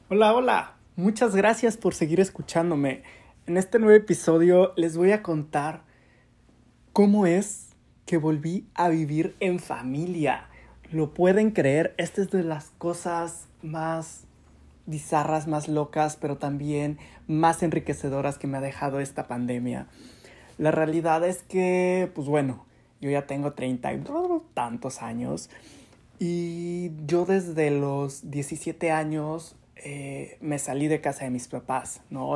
Hola, hola. Muchas gracias por seguir escuchándome. En este nuevo episodio les voy a contar cómo es que volví a vivir en familia. ¿Lo pueden creer? Esta es de las cosas más bizarras, más locas, pero también más enriquecedoras que me ha dejado esta pandemia. La realidad es que, pues bueno, yo ya tengo 30 y tantos años y yo desde los 17 años me salí de casa de mis papás, ¿no?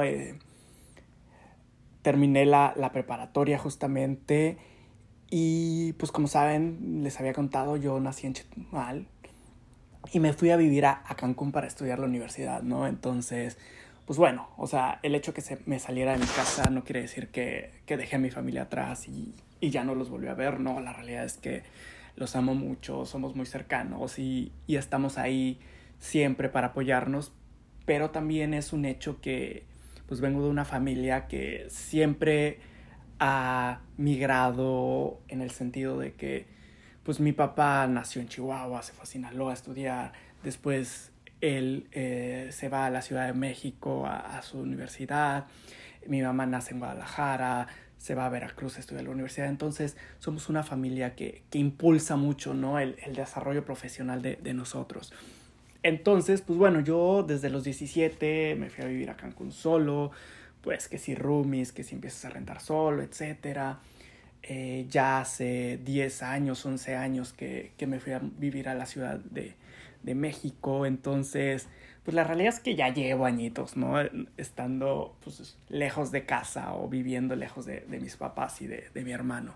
Terminé la preparatoria justamente y pues como saben, les había contado, yo nací en Chetumal y me fui a vivir a Cancún para estudiar la universidad, ¿no? Entonces, pues bueno, o sea, el hecho que me saliera de mi casa no quiere decir que dejé a mi familia atrás y ya no los volví a ver, no, la realidad es que los amo mucho, somos muy cercanos y estamos ahí siempre para apoyarnos, pero también es un hecho que pues vengo de una familia que siempre ha migrado en el sentido de que pues mi papá nació en Chihuahua, se fue a Sinaloa a estudiar, después él se va a la Ciudad de México a su universidad, mi mamá nace en Guadalajara, se va a Veracruz a estudiar en la universidad, entonces somos una familia que impulsa mucho, ¿no? El desarrollo profesional de nosotros. Entonces, pues bueno, yo desde los 17 me fui a vivir a Cancún solo, pues que si roomies, que si empiezas a rentar solo, etcétera. Ya hace 10 años, 11 años que me fui a vivir a la Ciudad de México, entonces, pues la realidad es que ya llevo añitos, ¿no? Estando pues lejos de casa o viviendo lejos de mis papás y de mi hermano.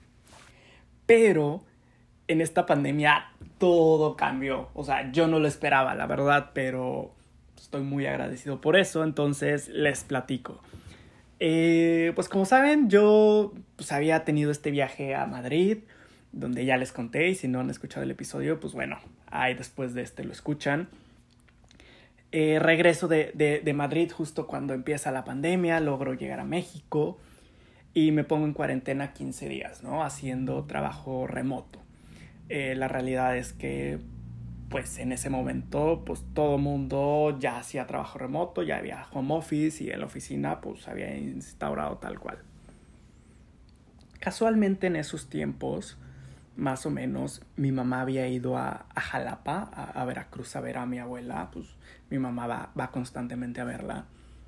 Pero en esta pandemia todo cambió. O sea, yo no lo esperaba, la verdad, pero estoy muy agradecido por eso. Entonces les platico. Pues como saben, yo pues, había tenido este viaje a Madrid, donde ya les conté, y si no han escuchado el episodio, pues bueno, ahí después de este lo escuchan. Regreso de Madrid justo cuando empieza la pandemia, logro llegar a México y me pongo en cuarentena 15 días, ¿no? Haciendo trabajo remoto. La realidad es que pues en ese momento pues todo mundo ya hacía trabajo remoto, ya había home office y en la oficina pues había instaurado tal cual. Casualmente en esos tiempos, más o menos, mi mamá había ido a Jalapa, a Veracruz a ver a mi abuela, pues mi mamá va constantemente a verla.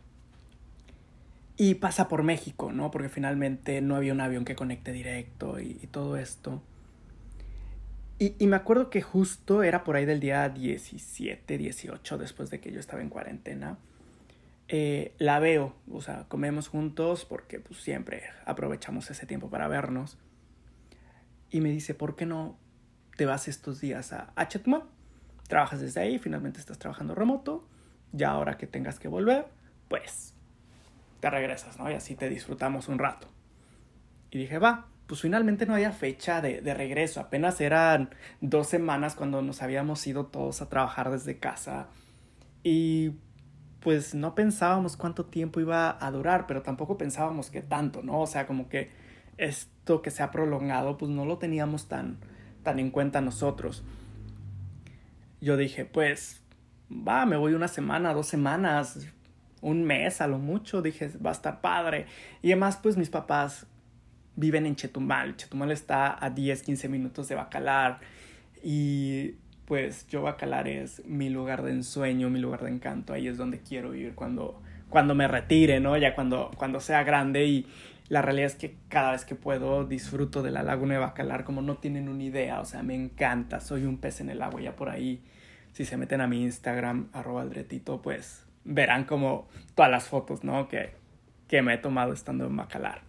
Y pasa por México, ¿no? Porque finalmente no había un avión que conecte directo y todo esto. Y me acuerdo que justo era por ahí del día 17, 18, después de que yo estaba en cuarentena. La veo, o sea, comemos juntos porque pues siempre aprovechamos ese tiempo para vernos. Y me dice, ¿por qué no te vas estos días a Chetumal? Trabajas desde ahí, finalmente estás trabajando remoto. Ya ahora que tengas que volver, pues te regresas, ¿no? Y así te disfrutamos un rato. Y dije, va, pues finalmente no había fecha de regreso. Apenas eran 2 semanas cuando nos habíamos ido todos a trabajar desde casa. Y pues no pensábamos cuánto tiempo iba a durar, pero tampoco pensábamos que tanto, ¿no? O sea, como que esto que se ha prolongado, pues no lo teníamos tan en cuenta nosotros. Yo dije, pues, va, me voy una semana, 2 semanas, un mes a lo mucho, dije, va a estar padre. Y además, pues mis papás viven en Chetumal. Chetumal está a 10 15 minutos de Bacalar. Y pues yo Bacalar es mi lugar de ensueño, mi lugar de encanto. Ahí es donde quiero vivir cuando me retire, ¿no? Ya cuando sea grande. Y la realidad es que cada vez que puedo disfruto de la laguna de Bacalar como no tienen una idea. O sea, me encanta. Soy un pez en el agua. Ya por ahí, si se meten a mi Instagram, @aldretito, pues verán como todas las fotos, ¿no? Que me he tomado estando en Bacalar.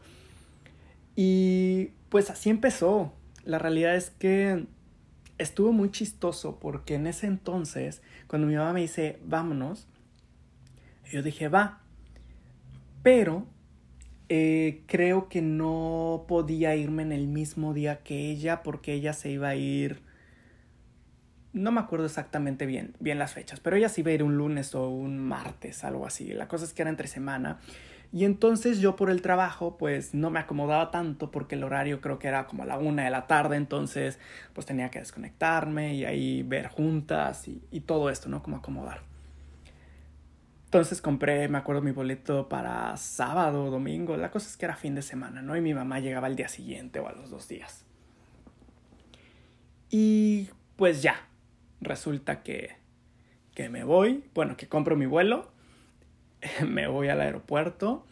Y pues así empezó. La realidad es que estuvo muy chistoso porque en ese entonces, cuando mi mamá me dice, vámonos, yo dije, va, pero creo que no podía irme en el mismo día que ella porque ella se iba a ir, no me acuerdo exactamente bien las fechas, pero ella se iba a ir un lunes o un martes, algo así. La cosa es que era entre semana. Y entonces yo por el trabajo pues no me acomodaba tanto porque el horario creo que era como a la 1 de la tarde, entonces pues tenía que desconectarme y ahí ver juntas y todo esto, ¿no? Como acomodar. Entonces compré, me acuerdo, mi boleto para sábado o domingo. La cosa es que era fin de semana, ¿no? Y mi mamá llegaba al día siguiente o a los 2 días. Y pues ya, resulta que me voy, bueno, que compro mi vuelo, me voy al aeropuerto.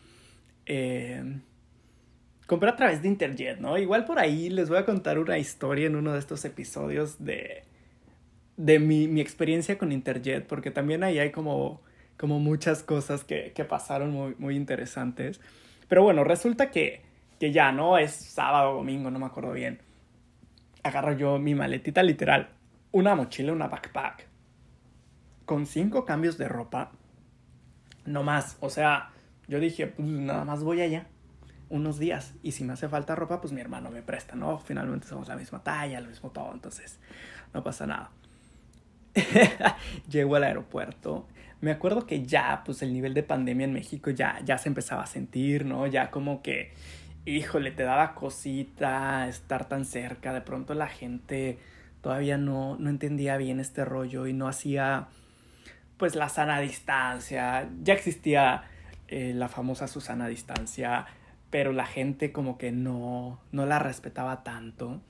Compré a través de Interjet, ¿no? Igual por ahí les voy a contar una historia en uno de estos episodios de mi experiencia con Interjet, porque también ahí hay como muchas cosas que pasaron muy, muy interesantes. Pero bueno, resulta que ya, ¿no? Es sábado o domingo, no me acuerdo bien. Agarro yo mi maletita literal, una mochila, una backpack, con 5 cambios de ropa, no más. O sea, yo dije, pues nada más voy allá unos días, y si me hace falta ropa, pues mi hermano me presta, ¿no? Finalmente somos la misma talla, lo mismo todo, entonces no pasa nada. Llego al aeropuerto. Me acuerdo que ya, pues el nivel de pandemia en México ya se empezaba a sentir, ¿no? Ya como que, híjole, te daba cosita estar tan cerca. De pronto la gente todavía no entendía bien este rollo y no hacía, pues, la sana distancia. Ya existía la famosa Susana distancia, pero la gente como que no la respetaba tanto.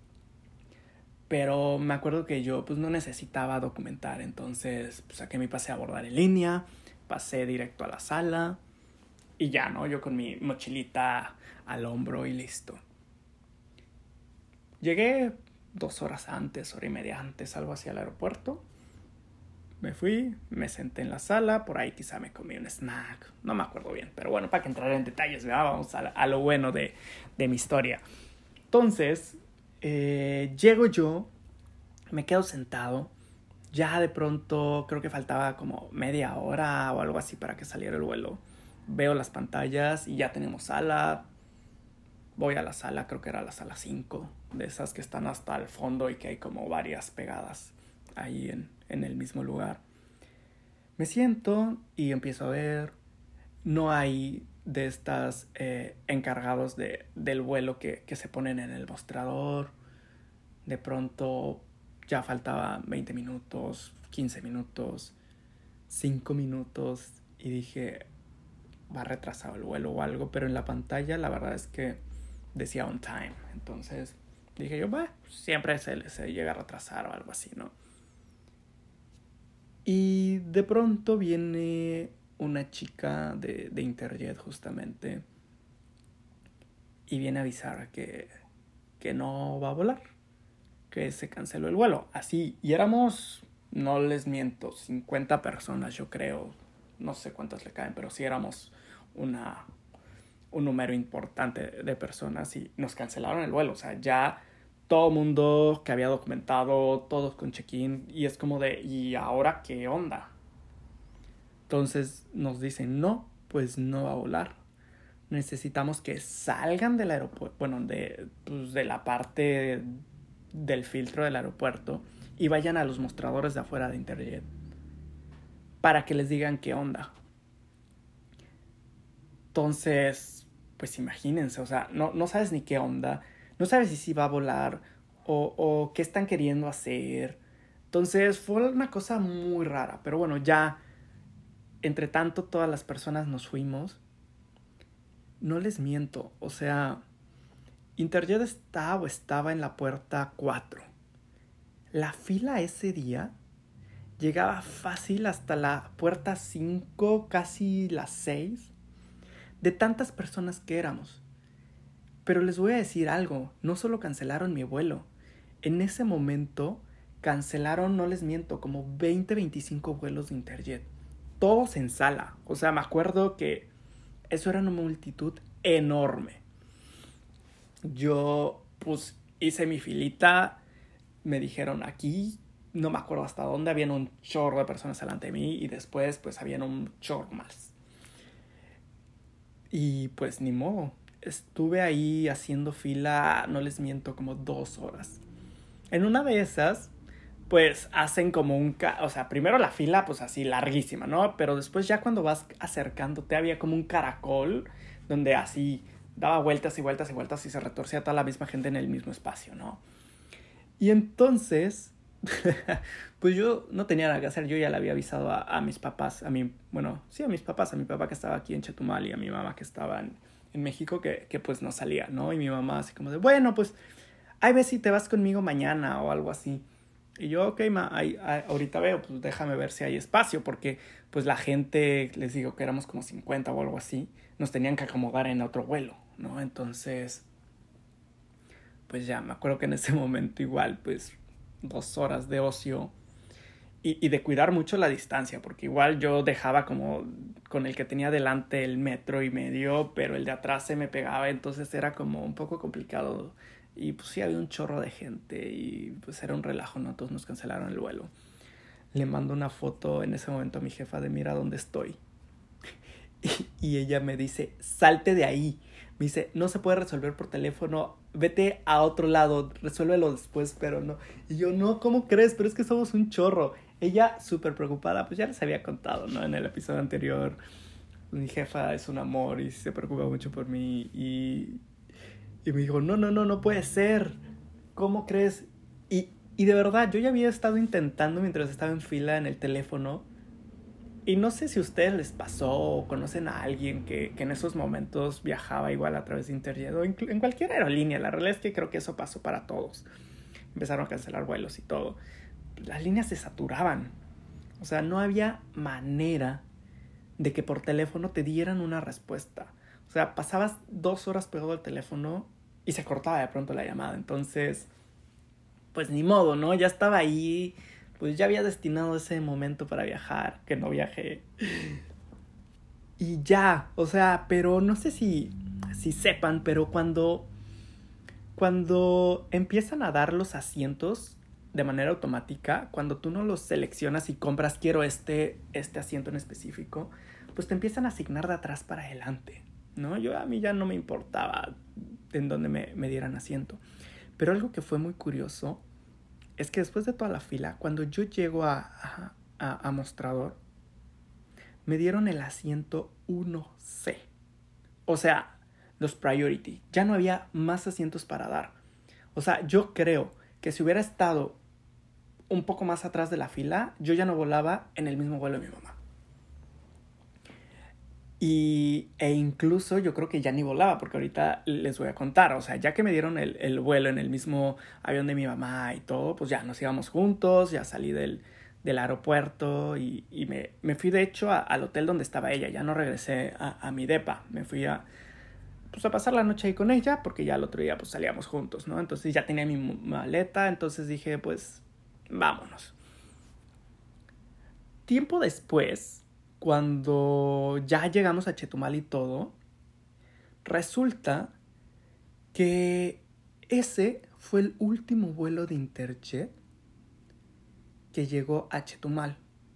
Pero me acuerdo que yo pues no necesitaba documentar, entonces pues saqué mi pase a abordar en línea, pasé directo a la sala y ya, ¿no? Yo con mi mochilita al hombro y listo. Llegué 2 horas antes, hora y media antes, algo así al aeropuerto. Me fui, me senté en la sala, por ahí quizá me comí un snack, no me acuerdo bien, pero bueno, para que entrar en detalles, ¿verdad? Vamos a lo bueno de mi historia. Entonces, llego yo, me quedo sentado, ya de pronto creo que faltaba como media hora o algo así para que saliera el vuelo. Veo las pantallas y ya tenemos sala. Voy a la sala, creo que era la sala 5, de esas que están hasta el fondo y que hay como varias pegadas ahí en el mismo lugar. Me siento y empiezo a ver. No hay de estas encargados del vuelo que se ponen en el mostrador. De pronto ya faltaba 20 minutos, 15 minutos, 5 minutos y dije, va retrasado el vuelo o algo, pero en la pantalla la verdad es que decía on time. Entonces dije yo, siempre se llega a retrasar o algo así, ¿no? Y de pronto viene una chica de Interjet justamente y viene a avisar que no va a volar, que se canceló el vuelo. Así, y éramos, no les miento, 50 personas yo creo, no sé cuántas le caen, pero sí éramos un número importante de personas y nos cancelaron el vuelo. O sea, ya todo mundo que había documentado, todos con check-in, y es como de, ¿y ahora qué onda? Entonces nos dicen, no, pues no va a volar. Necesitamos que salgan del aeropuerto, bueno, de la parte del filtro del aeropuerto y vayan a los mostradores de afuera de Interjet para que les digan qué onda. Entonces, pues imagínense, o sea, no sabes ni qué onda, no sabes si va a volar o qué están queriendo hacer. Entonces fue una cosa muy rara, pero bueno, ya entre tanto todas las personas nos fuimos. No les miento, o sea, Interjet estaba en la puerta 4. La fila ese día llegaba fácil hasta la puerta 5, casi las 6, de tantas personas que éramos. Pero les voy a decir algo, no solo cancelaron mi vuelo, en ese momento cancelaron, no les miento, como 20-25 vuelos de Interjet, todos en sala. O sea, me acuerdo que eso era una multitud enorme. Yo, pues, hice mi filita, me dijeron aquí, no me acuerdo hasta dónde, habían un chorro de personas delante de mí y después, pues, habían un chorro más. Y, pues, ni modo, estuve ahí haciendo fila, no les miento, como 2 horas. En una de esas, pues, hacen como o sea, primero la fila, pues, así, larguísima, ¿no? Pero después ya cuando vas acercándote, había como un caracol donde así daba vueltas y vueltas y vueltas y se retorcía toda la misma gente en el mismo espacio, ¿no? Y entonces Pues yo no tenía nada que hacer, yo ya le había avisado a mis papás, a mis papás, a mi papá que estaba aquí en Chetumal y a mi mamá que estaba en México, que pues no salía, ¿no? Y mi mamá así como de, bueno, pues, ahí ves si te vas conmigo mañana o algo así. Y yo, ok, ma, ahorita veo, pues déjame ver si hay espacio, porque pues la gente, les digo que éramos como 50 o algo así, nos tenían que acomodar en otro vuelo, ¿no? Entonces, pues ya, me acuerdo que en ese momento igual, pues 2 horas de ocio y de cuidar mucho la distancia, porque igual yo dejaba como con el que tenía delante el 1.5 metros, pero el de atrás se me pegaba, entonces era como un poco complicado. Y pues sí, había un chorro de gente y pues era un relajo, ¿no? Todos nos cancelaron el vuelo. Le mando una foto en ese momento a mi jefa de mira dónde estoy. Y ella me dice, salte de ahí. Me dice, no se puede resolver por teléfono, vete a otro lado, resuélvelo después, pero no. Y yo, no, ¿cómo crees? Pero es que somos un chorro. Ella súper preocupada, pues ya les había contado, ¿no? En el episodio anterior, mi jefa es un amor y se preocupa mucho por mí. Y me dijo, no, no, no, no puede ser. ¿Cómo crees? Y de verdad, yo ya había estado intentando mientras estaba en fila en el teléfono. Y no sé si a ustedes les pasó o conocen a alguien que en esos momentos viajaba igual a través de internet o en cualquier aerolínea. La realidad es que creo que eso pasó para todos. Empezaron a cancelar vuelos y todo. Las líneas se saturaban. O sea, no había manera de que por teléfono te dieran una respuesta. O sea, pasabas 2 horas pegado al teléfono y se cortaba de pronto la llamada. Entonces, pues ni modo, ¿no? Ya estaba ahí, pues ya había destinado ese momento para viajar, que no viajé. Y ya, o sea, pero no sé si sepan, pero cuando empiezan a dar los asientos de manera automática, cuando tú no los seleccionas y compras, quiero este asiento en específico, pues te empiezan a asignar de atrás para adelante, ¿no? A mí ya no me importaba en dónde me dieran asiento. Pero algo que fue muy curioso es que después de toda la fila, cuando yo llego a mostrador, me dieron el asiento 1C. O sea, los priority. Ya no había más asientos para dar. O sea, yo creo que si hubiera estado un poco más atrás de la fila, yo ya no volaba en el mismo vuelo de mi mamá. E incluso yo creo que ya ni volaba, porque ahorita les voy a contar. O sea, ya que me dieron el vuelo en el mismo avión de mi mamá y todo, pues ya nos íbamos juntos, ya salí del aeropuerto y me fui de hecho al hotel donde estaba ella. Ya no regresé a mi depa. Me fui pues a pasar la noche ahí con ella, porque ya el otro día pues salíamos juntos, ¿no? Entonces ya tenía mi maleta, entonces dije, pues vámonos. Tiempo después, cuando ya llegamos a Chetumal y todo, resulta que ese fue el último vuelo de Interjet que llegó a Chetumal.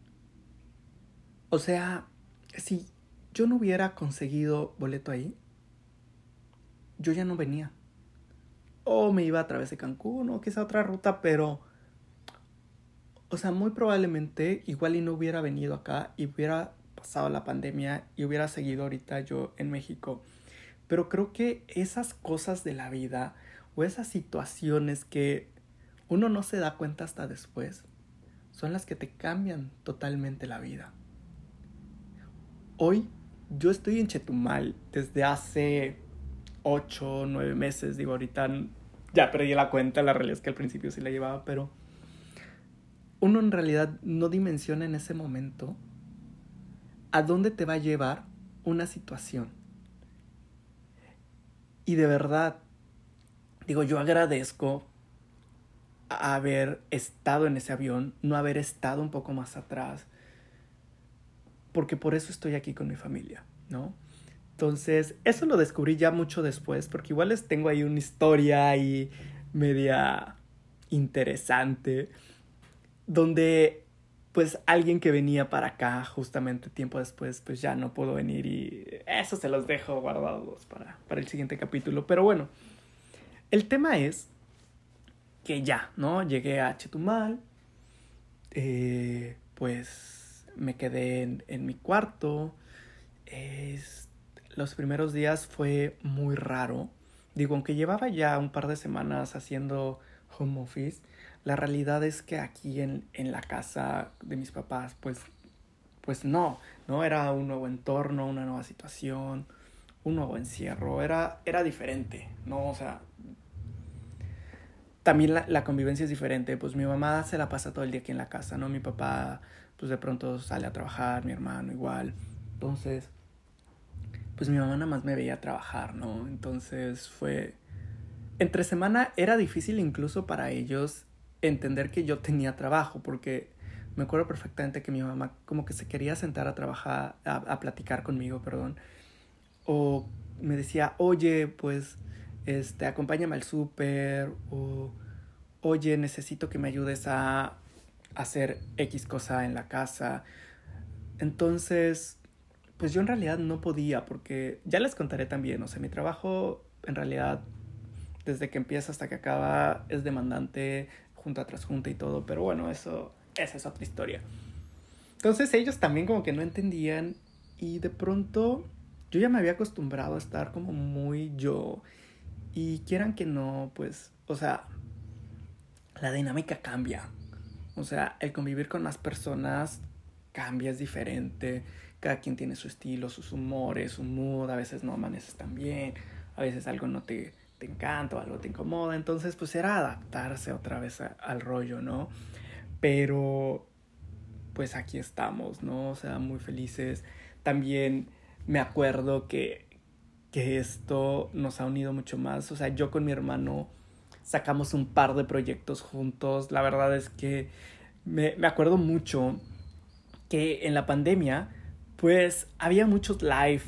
O sea, si yo no hubiera conseguido boleto ahí, yo ya no venía. O me iba a través de Cancún o quizá otra ruta, pero o sea, muy probablemente igual y no hubiera venido acá y hubiera pasado la pandemia y hubiera seguido ahorita yo en México. Pero creo que esas cosas de la vida o esas situaciones que uno no se da cuenta hasta después son las que te cambian totalmente la vida. Hoy yo estoy en Chetumal desde hace 8 o 9 meses. Digo, ahorita ya perdí la cuenta, la realidad es que al principio sí la llevaba, pero uno en realidad no dimensiona en ese momento a dónde te va a llevar una situación. Y de verdad, digo, yo agradezco haber estado en ese avión, no haber estado un poco más atrás, porque por eso estoy aquí con mi familia, ¿no? Entonces, eso lo descubrí ya mucho después, porque igual les tengo ahí una historia ahí media interesante, donde pues alguien que venía para acá justamente tiempo después, pues ya no pudo venir y eso se los dejo guardados para el siguiente capítulo. Pero bueno, el tema es que ya, ¿no? Llegué a Chetumal, pues me quedé en mi cuarto. Los primeros días fue muy raro. Digo, aunque llevaba ya un par de semanas haciendo home office, la realidad es que aquí en la casa de mis papás, pues no, ¿no? Era un nuevo entorno, una nueva situación, un nuevo encierro, era diferente, ¿no? O sea, también la convivencia es diferente, pues mi mamá se la pasa todo el día aquí en la casa, ¿no? Mi papá, pues de pronto sale a trabajar, mi hermano igual, entonces, pues mi mamá nada más me veía trabajar, ¿no? Entonces entre semana era difícil incluso para ellos entender que yo tenía trabajo, porque me acuerdo perfectamente que mi mamá como que se quería sentar a trabajar, a platicar conmigo, perdón, o me decía, oye, pues, acompáñame al súper, o, oye, necesito que me ayudes a hacer X cosa en la casa. Entonces, pues yo en realidad no podía, porque ya les contaré también, o sea, mi trabajo en realidad desde que empieza hasta que acaba es demandante, junta tras junta y todo, pero bueno, esa es otra historia. Entonces ellos también como que no entendían y de pronto yo ya me había acostumbrado a estar como muy yo y quieran que no, pues, o sea, la dinámica cambia. O sea, el convivir con más personas cambia, es diferente. Cada quien tiene su estilo, sus humores, su mood. A veces no amaneces tan bien. A veces algo no te encanta o algo te incomoda. Entonces, pues era adaptarse otra vez al rollo, ¿no? Pero, pues aquí estamos, ¿no? O sea, muy felices. También me acuerdo que esto nos ha unido mucho más. O sea, yo con mi hermano sacamos un par de proyectos juntos. La verdad es que me acuerdo mucho que en la pandemia, pues había muchos live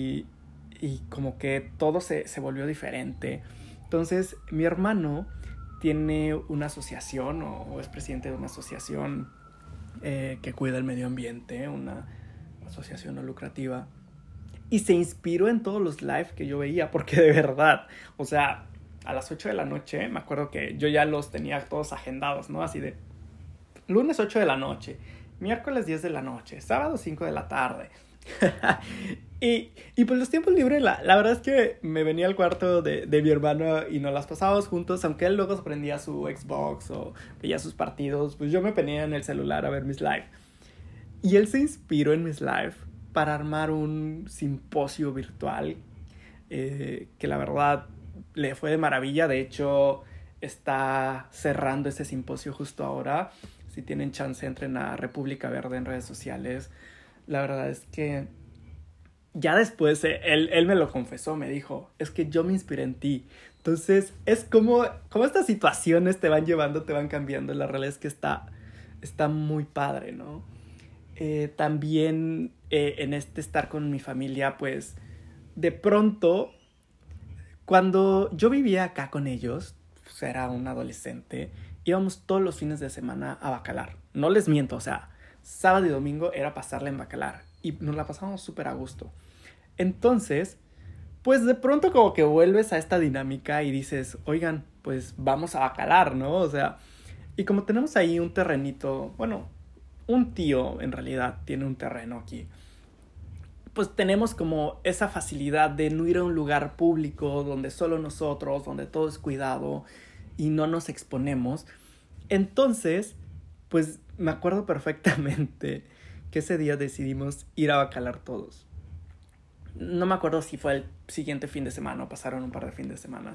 y como que todo se volvió diferente. Entonces, mi hermano tiene una asociación o es presidente de una asociación que cuida el medio ambiente, una asociación no lucrativa. Y se inspiró en todos los live que yo veía, porque de verdad, o sea, a las 8 de la noche, me acuerdo que yo ya los tenía todos agendados, ¿no? Así de lunes 8 de la noche, miércoles 10 de la noche, sábado 5 de la tarde. y pues los tiempos libres, la verdad es que me venía al cuarto de mi hermano y nos las pasábamos juntos, aunque él luego se prendía su Xbox o veía sus partidos, pues yo me ponía en el celular a ver mis live. Y él se inspiró en mis live para armar un simposio virtual que la verdad le fue de maravilla. De hecho, está cerrando ese simposio justo ahora. Si tienen chance, entren a República Verde en redes sociales. La verdad es que ya después él me lo confesó, me dijo, es que yo me inspiré en ti. Entonces, es como estas situaciones te van llevando, te van cambiando. La realidad es que está muy padre, ¿no? También en estar con mi familia, pues de pronto, cuando yo vivía acá con ellos, pues era un adolescente, íbamos todos los fines de semana a Bacalar. No les miento, o sea, sábado y domingo era pasarla en Bacalar y nos la pasábamos súper a gusto. Entonces, pues de pronto como que vuelves a esta dinámica y dices, oigan, pues vamos a Bacalar, ¿no? O sea, y como tenemos ahí un terrenito, bueno, un tío en realidad tiene un terreno aquí, pues tenemos como esa facilidad de no ir a un lugar público donde solo nosotros, donde todo es cuidado y no nos exponemos. Entonces, pues me acuerdo perfectamente que ese día decidimos ir a Bacalar todos. No me acuerdo si fue el siguiente fin de semana o pasaron un par de fines de semana.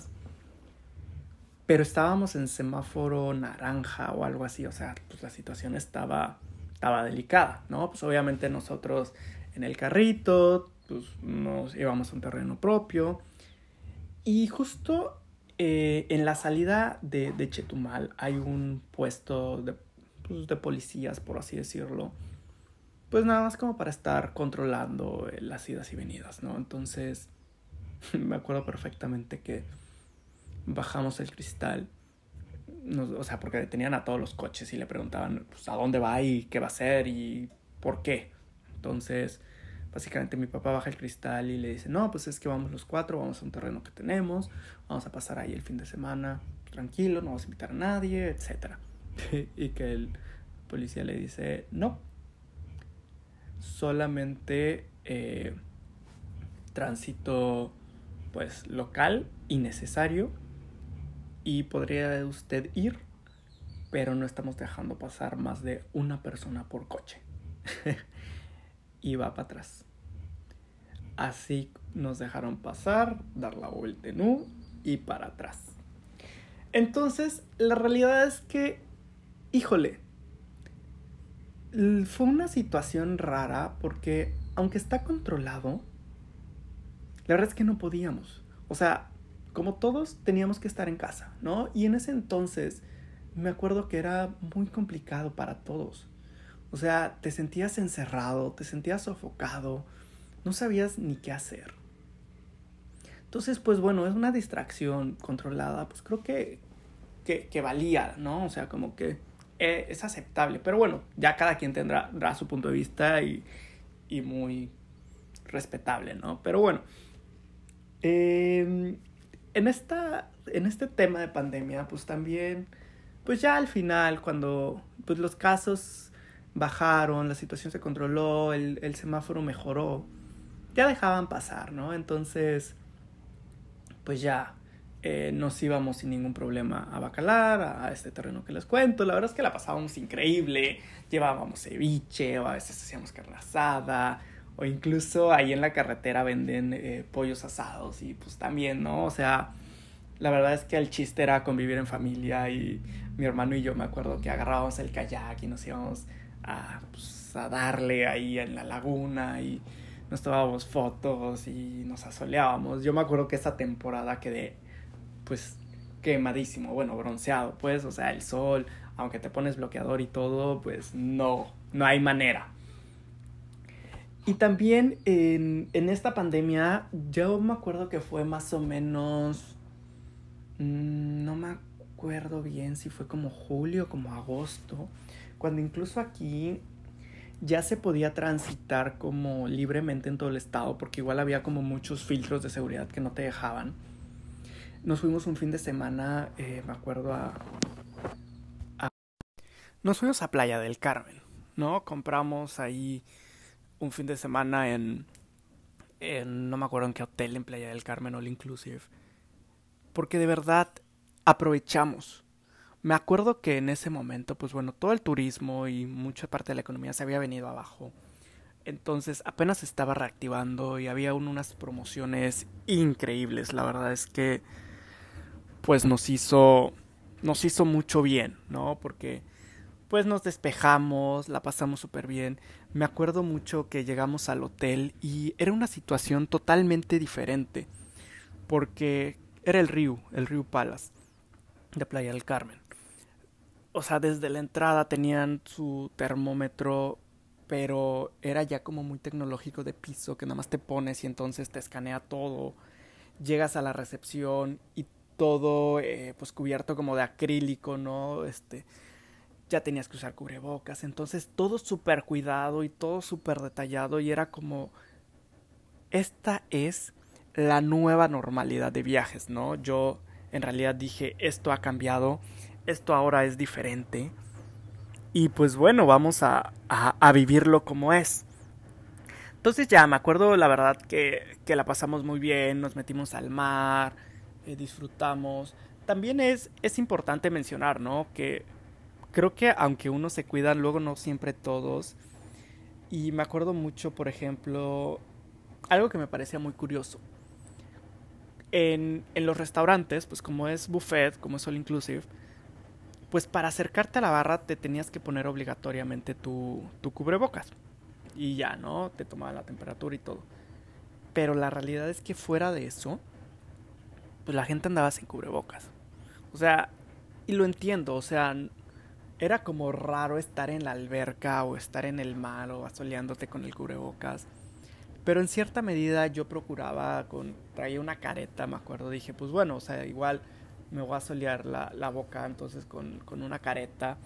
Pero estábamos en semáforo naranja o algo así, o sea, pues la situación estaba delicada, ¿no? Pues obviamente nosotros en el carrito, pues nos llevamos a un terreno propio. Y justo en la salida de Chetumal hay un puesto pues, de policías, por así decirlo. Pues nada más como para estar controlando las idas y venidas, ¿no? Entonces, me acuerdo perfectamente que bajamos el cristal. O sea, porque detenían a todos los coches y le preguntaban pues, a dónde va y qué va a hacer y por qué. Entonces, básicamente mi papá baja el cristal y le dice, no, pues es que vamos los cuatro, vamos a un terreno que tenemos, vamos a pasar ahí el fin de semana tranquilo, no vamos a invitar a nadie, etc. Y que el policía le dice, no, solamente tránsito pues local y necesario y podría usted ir, pero no estamos dejando pasar más de una persona por coche. Y va para atrás. Así nos dejaron pasar, dar la vuelta en U y para atrás. Entonces, la realidad es que, híjole, fue una situación rara porque, aunque está controlado, la verdad es que no podíamos. O sea, como todos teníamos que estar en casa, ¿no? Y en ese entonces me acuerdo que era muy complicado para todos. O sea, te sentías encerrado, te sentías sofocado, no sabías ni qué hacer. Entonces, pues bueno, es una distracción controlada, pues creo que valía, ¿no? O sea, como que es aceptable. Pero bueno, ya cada quien tendrá su punto de vista y muy respetable, ¿no? Pero bueno, en este tema de pandemia, pues también, pues ya al final, cuando pues los casos bajaron, la situación se controló, el semáforo mejoró, ya dejaban pasar, ¿no? Entonces, pues ya nos íbamos sin ningún problema a Bacalar, a este terreno que les cuento. La verdad es que la pasábamos increíble, llevábamos ceviche, o a veces hacíamos carne asada, o incluso ahí en la carretera venden pollos asados y pues también, ¿no? O sea, la verdad es que el chiste era convivir en familia y mi hermano y yo me acuerdo que agarrábamos el kayak y nos íbamos a darle ahí en la laguna y nos tomábamos fotos y nos asoleábamos. Yo me acuerdo que esa temporada quedé pues quemadísimo, bueno, bronceado, pues, o sea, el sol, aunque te pones bloqueador y todo, pues no hay manera. Y también en esta pandemia, yo me acuerdo que fue más o menos, no me acuerdo bien si fue como julio, como agosto, cuando incluso aquí ya se podía transitar como libremente en todo el estado, porque igual había como muchos filtros de seguridad que no te dejaban. Nos fuimos un fin de semana, me acuerdo nos fuimos a Playa del Carmen, ¿no? Compramos ahí un fin de semana no me acuerdo en qué hotel en Playa del Carmen, All Inclusive, porque de verdad aprovechamos. Me acuerdo que en ese momento, pues bueno, todo el turismo y mucha parte de la economía se había venido abajo. Entonces apenas se estaba reactivando y había unas promociones increíbles. La verdad es que pues nos hizo mucho bien, ¿no? Porque pues nos despejamos, la pasamos súper bien. Me acuerdo mucho que llegamos al hotel y era una situación totalmente diferente, porque era el Riu Palace de Playa del Carmen. O sea, desde la entrada tenían su termómetro, pero era ya como muy tecnológico de piso, que nada más te pones y entonces te escanea todo. Llegas a la recepción y todo pues cubierto como de acrílico, ¿no? Ya tenías que usar cubrebocas, entonces todo súper cuidado y todo súper detallado y era como, esta es la nueva normalidad de viajes, ¿no? Yo en realidad dije, esto ha cambiado, esto ahora es diferente y pues bueno, vamos a vivirlo como es. Entonces ya me acuerdo la verdad que la pasamos muy bien, nos metimos al mar, disfrutamos. También es importante mencionar, ¿no? Que creo que aunque uno se cuida, luego no siempre todos. Y me acuerdo mucho, por ejemplo, algo que me parecía muy curioso. En los restaurantes, pues como es buffet, como es all inclusive, pues para acercarte a la barra te tenías que poner obligatoriamente tu cubrebocas. Y ya, ¿no? Te tomaban la temperatura y todo. Pero la realidad es que fuera de eso, pues la gente andaba sin cubrebocas. O sea, y lo entiendo, o sea, era como raro estar en la alberca o estar en el mar o asoleándote con el cubrebocas. Pero en cierta medida yo procuraba, traía una careta, me acuerdo, dije, pues bueno, o sea, igual me voy a asolear la boca entonces con una careta.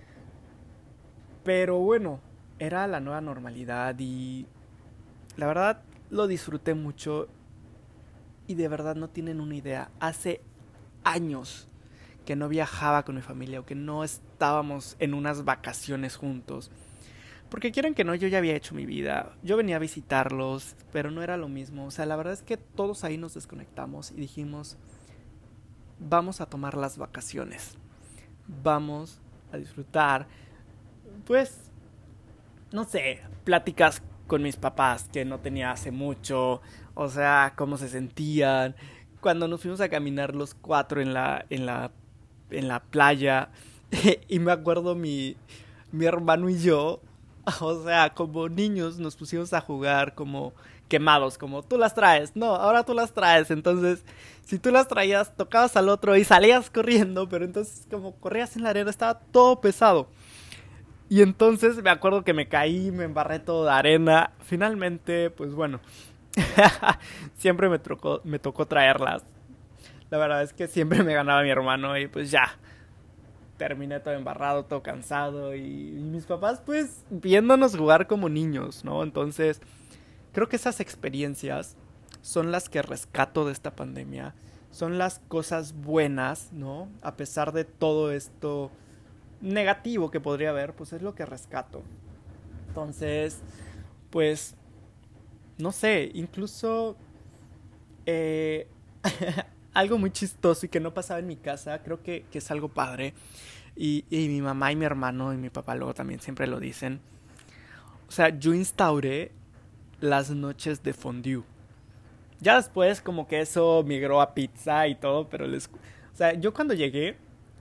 Pero bueno, era la nueva normalidad y la verdad lo disfruté mucho y de verdad no tienen una idea. Hace años que no viajaba con mi familia o que no estábamos en unas vacaciones juntos. Porque quieren que no, yo ya había hecho mi vida. Yo venía a visitarlos, pero no era lo mismo. O sea, la verdad es que todos ahí nos desconectamos y dijimos, vamos a tomar las vacaciones. Vamos a disfrutar, pues, no sé, pláticas con mis papás que no tenía hace mucho, o sea, cómo se sentían. Cuando nos fuimos a caminar los cuatro en la playa, y me acuerdo mi hermano y yo, o sea, como niños nos pusimos a jugar como quemados, como tú las traes, no, ahora tú las traes. Entonces, si tú las traías, tocabas al otro y salías corriendo, pero entonces como corrías en la arena estaba todo pesado. Y entonces me acuerdo que me caí, me embarré todo de arena. Finalmente, pues bueno, siempre me tocó traerlas. La verdad es que siempre me ganaba mi hermano y pues ya, terminé todo embarrado, todo cansado y mis papás pues viéndonos jugar como niños, ¿no? Entonces creo que esas experiencias son las que rescato de esta pandemia, son las cosas buenas, ¿no? A pesar de todo esto negativo que podría haber, pues es lo que rescato. Entonces, pues, no sé, incluso eh, algo muy chistoso y que no pasaba en mi casa, creo que es algo padre. Y mi mamá y mi hermano y mi papá luego también siempre lo dicen. O sea, yo instauré las noches de fondue. Ya después como que eso migró a pizza y todo, pero les... O sea, yo cuando llegué,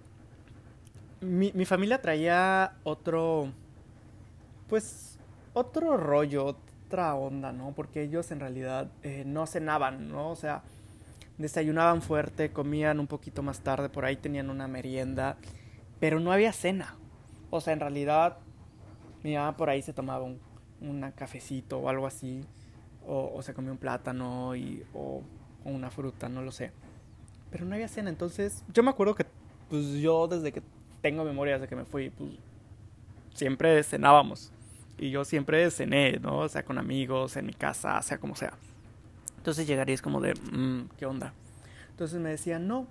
mi familia traía otro, pues, otro rollo, otra onda, ¿no? Porque ellos en realidad no cenaban, ¿no? O sea, desayunaban fuerte, comían un poquito más tarde, por ahí tenían una merienda, pero no había cena. O sea, en realidad mi mamá por ahí se tomaba un cafecito o algo así, o se comía un plátano o una fruta, no lo sé. Pero no había cena, entonces yo me acuerdo que pues yo desde que tengo memoria, desde que me fui, pues siempre cenábamos. Y yo siempre cené, ¿no? O sea, con amigos, en mi casa, sea como sea. Entonces llegaría es como de, ¿qué onda? Entonces me decían, no,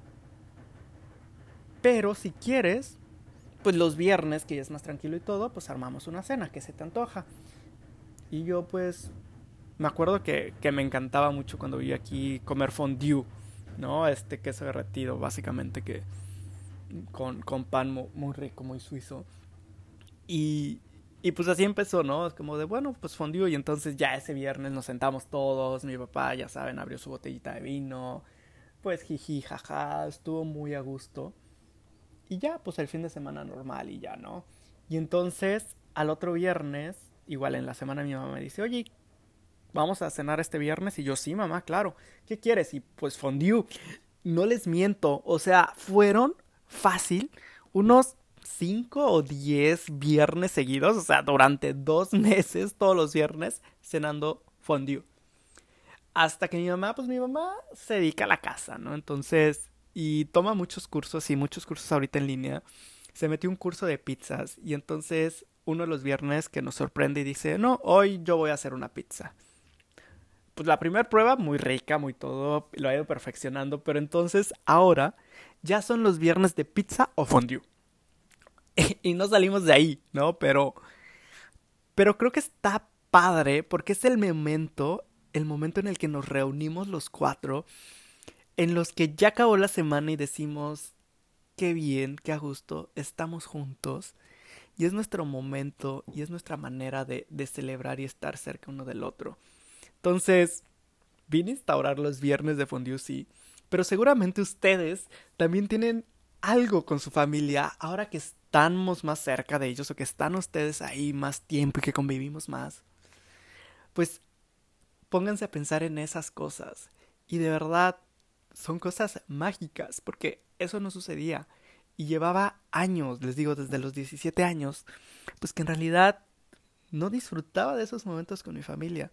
pero si quieres, pues los viernes, que ya es más tranquilo y todo, pues armamos una cena, que se te antoja. Y yo pues me acuerdo que me encantaba mucho cuando vivía aquí comer fondue, ¿no? Este queso derretido, básicamente, que con pan muy rico, muy suizo. Y, y pues así empezó, ¿no? Es como de, bueno, pues fondue. Y entonces ya ese viernes nos sentamos todos. Mi papá, ya saben, abrió su botellita de vino. Pues jiji, jaja, estuvo muy a gusto. Y ya, pues el fin de semana normal y ya, ¿no? Y entonces, al otro viernes, igual en la semana mi mamá me dice, oye, ¿vamos a cenar este viernes? Y yo, sí, mamá, claro. ¿Qué quieres? Y pues fondue. No les miento, o sea, fueron fácil unos 5 o 10 viernes seguidos, o sea, durante 2 meses, todos los viernes, cenando fondue. Hasta que mi mamá se dedica a la casa, ¿no? Entonces, y toma muchos cursos y muchos cursos ahorita en línea. Se metió un curso de pizzas y entonces uno de los viernes que nos sorprende y dice, no, hoy yo voy a hacer una pizza. Pues la primera prueba muy rica, muy todo, lo ha ido perfeccionando, pero entonces ahora ya son los viernes de pizza o fondue. Y no salimos de ahí, ¿no? Pero creo que está padre porque es el momento en el que nos reunimos los cuatro, en los que ya acabó la semana y decimos, qué bien, qué a gusto, estamos juntos. Y es nuestro momento y es nuestra manera de celebrar y estar cerca uno del otro. Entonces, vine a instaurar los viernes de fondue, sí. Pero seguramente ustedes también tienen algo con su familia ahora que estamos más cerca de ellos o que están ustedes ahí más tiempo y que convivimos más. Pues pónganse a pensar en esas cosas. Y de verdad, son cosas mágicas porque eso no sucedía. Y llevaba años, les digo, desde los 17 años, pues que en realidad no disfrutaba de esos momentos con mi familia.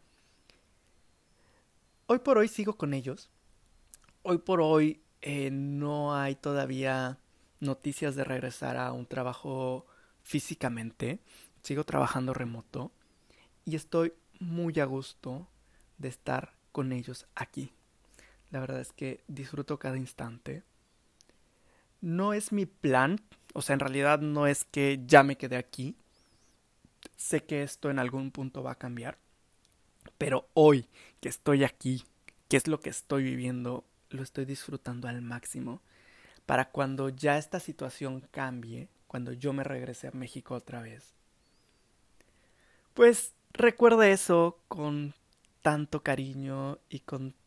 Hoy por hoy sigo con ellos. Hoy por hoy no hay todavía noticias de regresar a un trabajo físicamente. Sigo trabajando remoto y estoy muy a gusto de estar con ellos aquí. La verdad es que disfruto cada instante. No es mi plan, o sea, en realidad no es que ya me quedé aquí. Sé que esto en algún punto va a cambiar, pero hoy que estoy aquí, que es lo que estoy viviendo, lo estoy disfrutando al máximo para cuando ya esta situación cambie. cuando yo me regresé a México otra vez. Pues recuerdo eso con tanto cariño y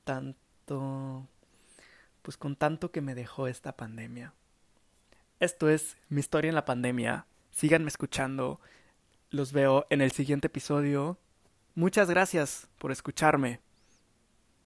pues con tanto que me dejó esta pandemia. Esto es mi historia en la pandemia. Síganme escuchando. Los veo en el siguiente episodio. Muchas gracias por escucharme.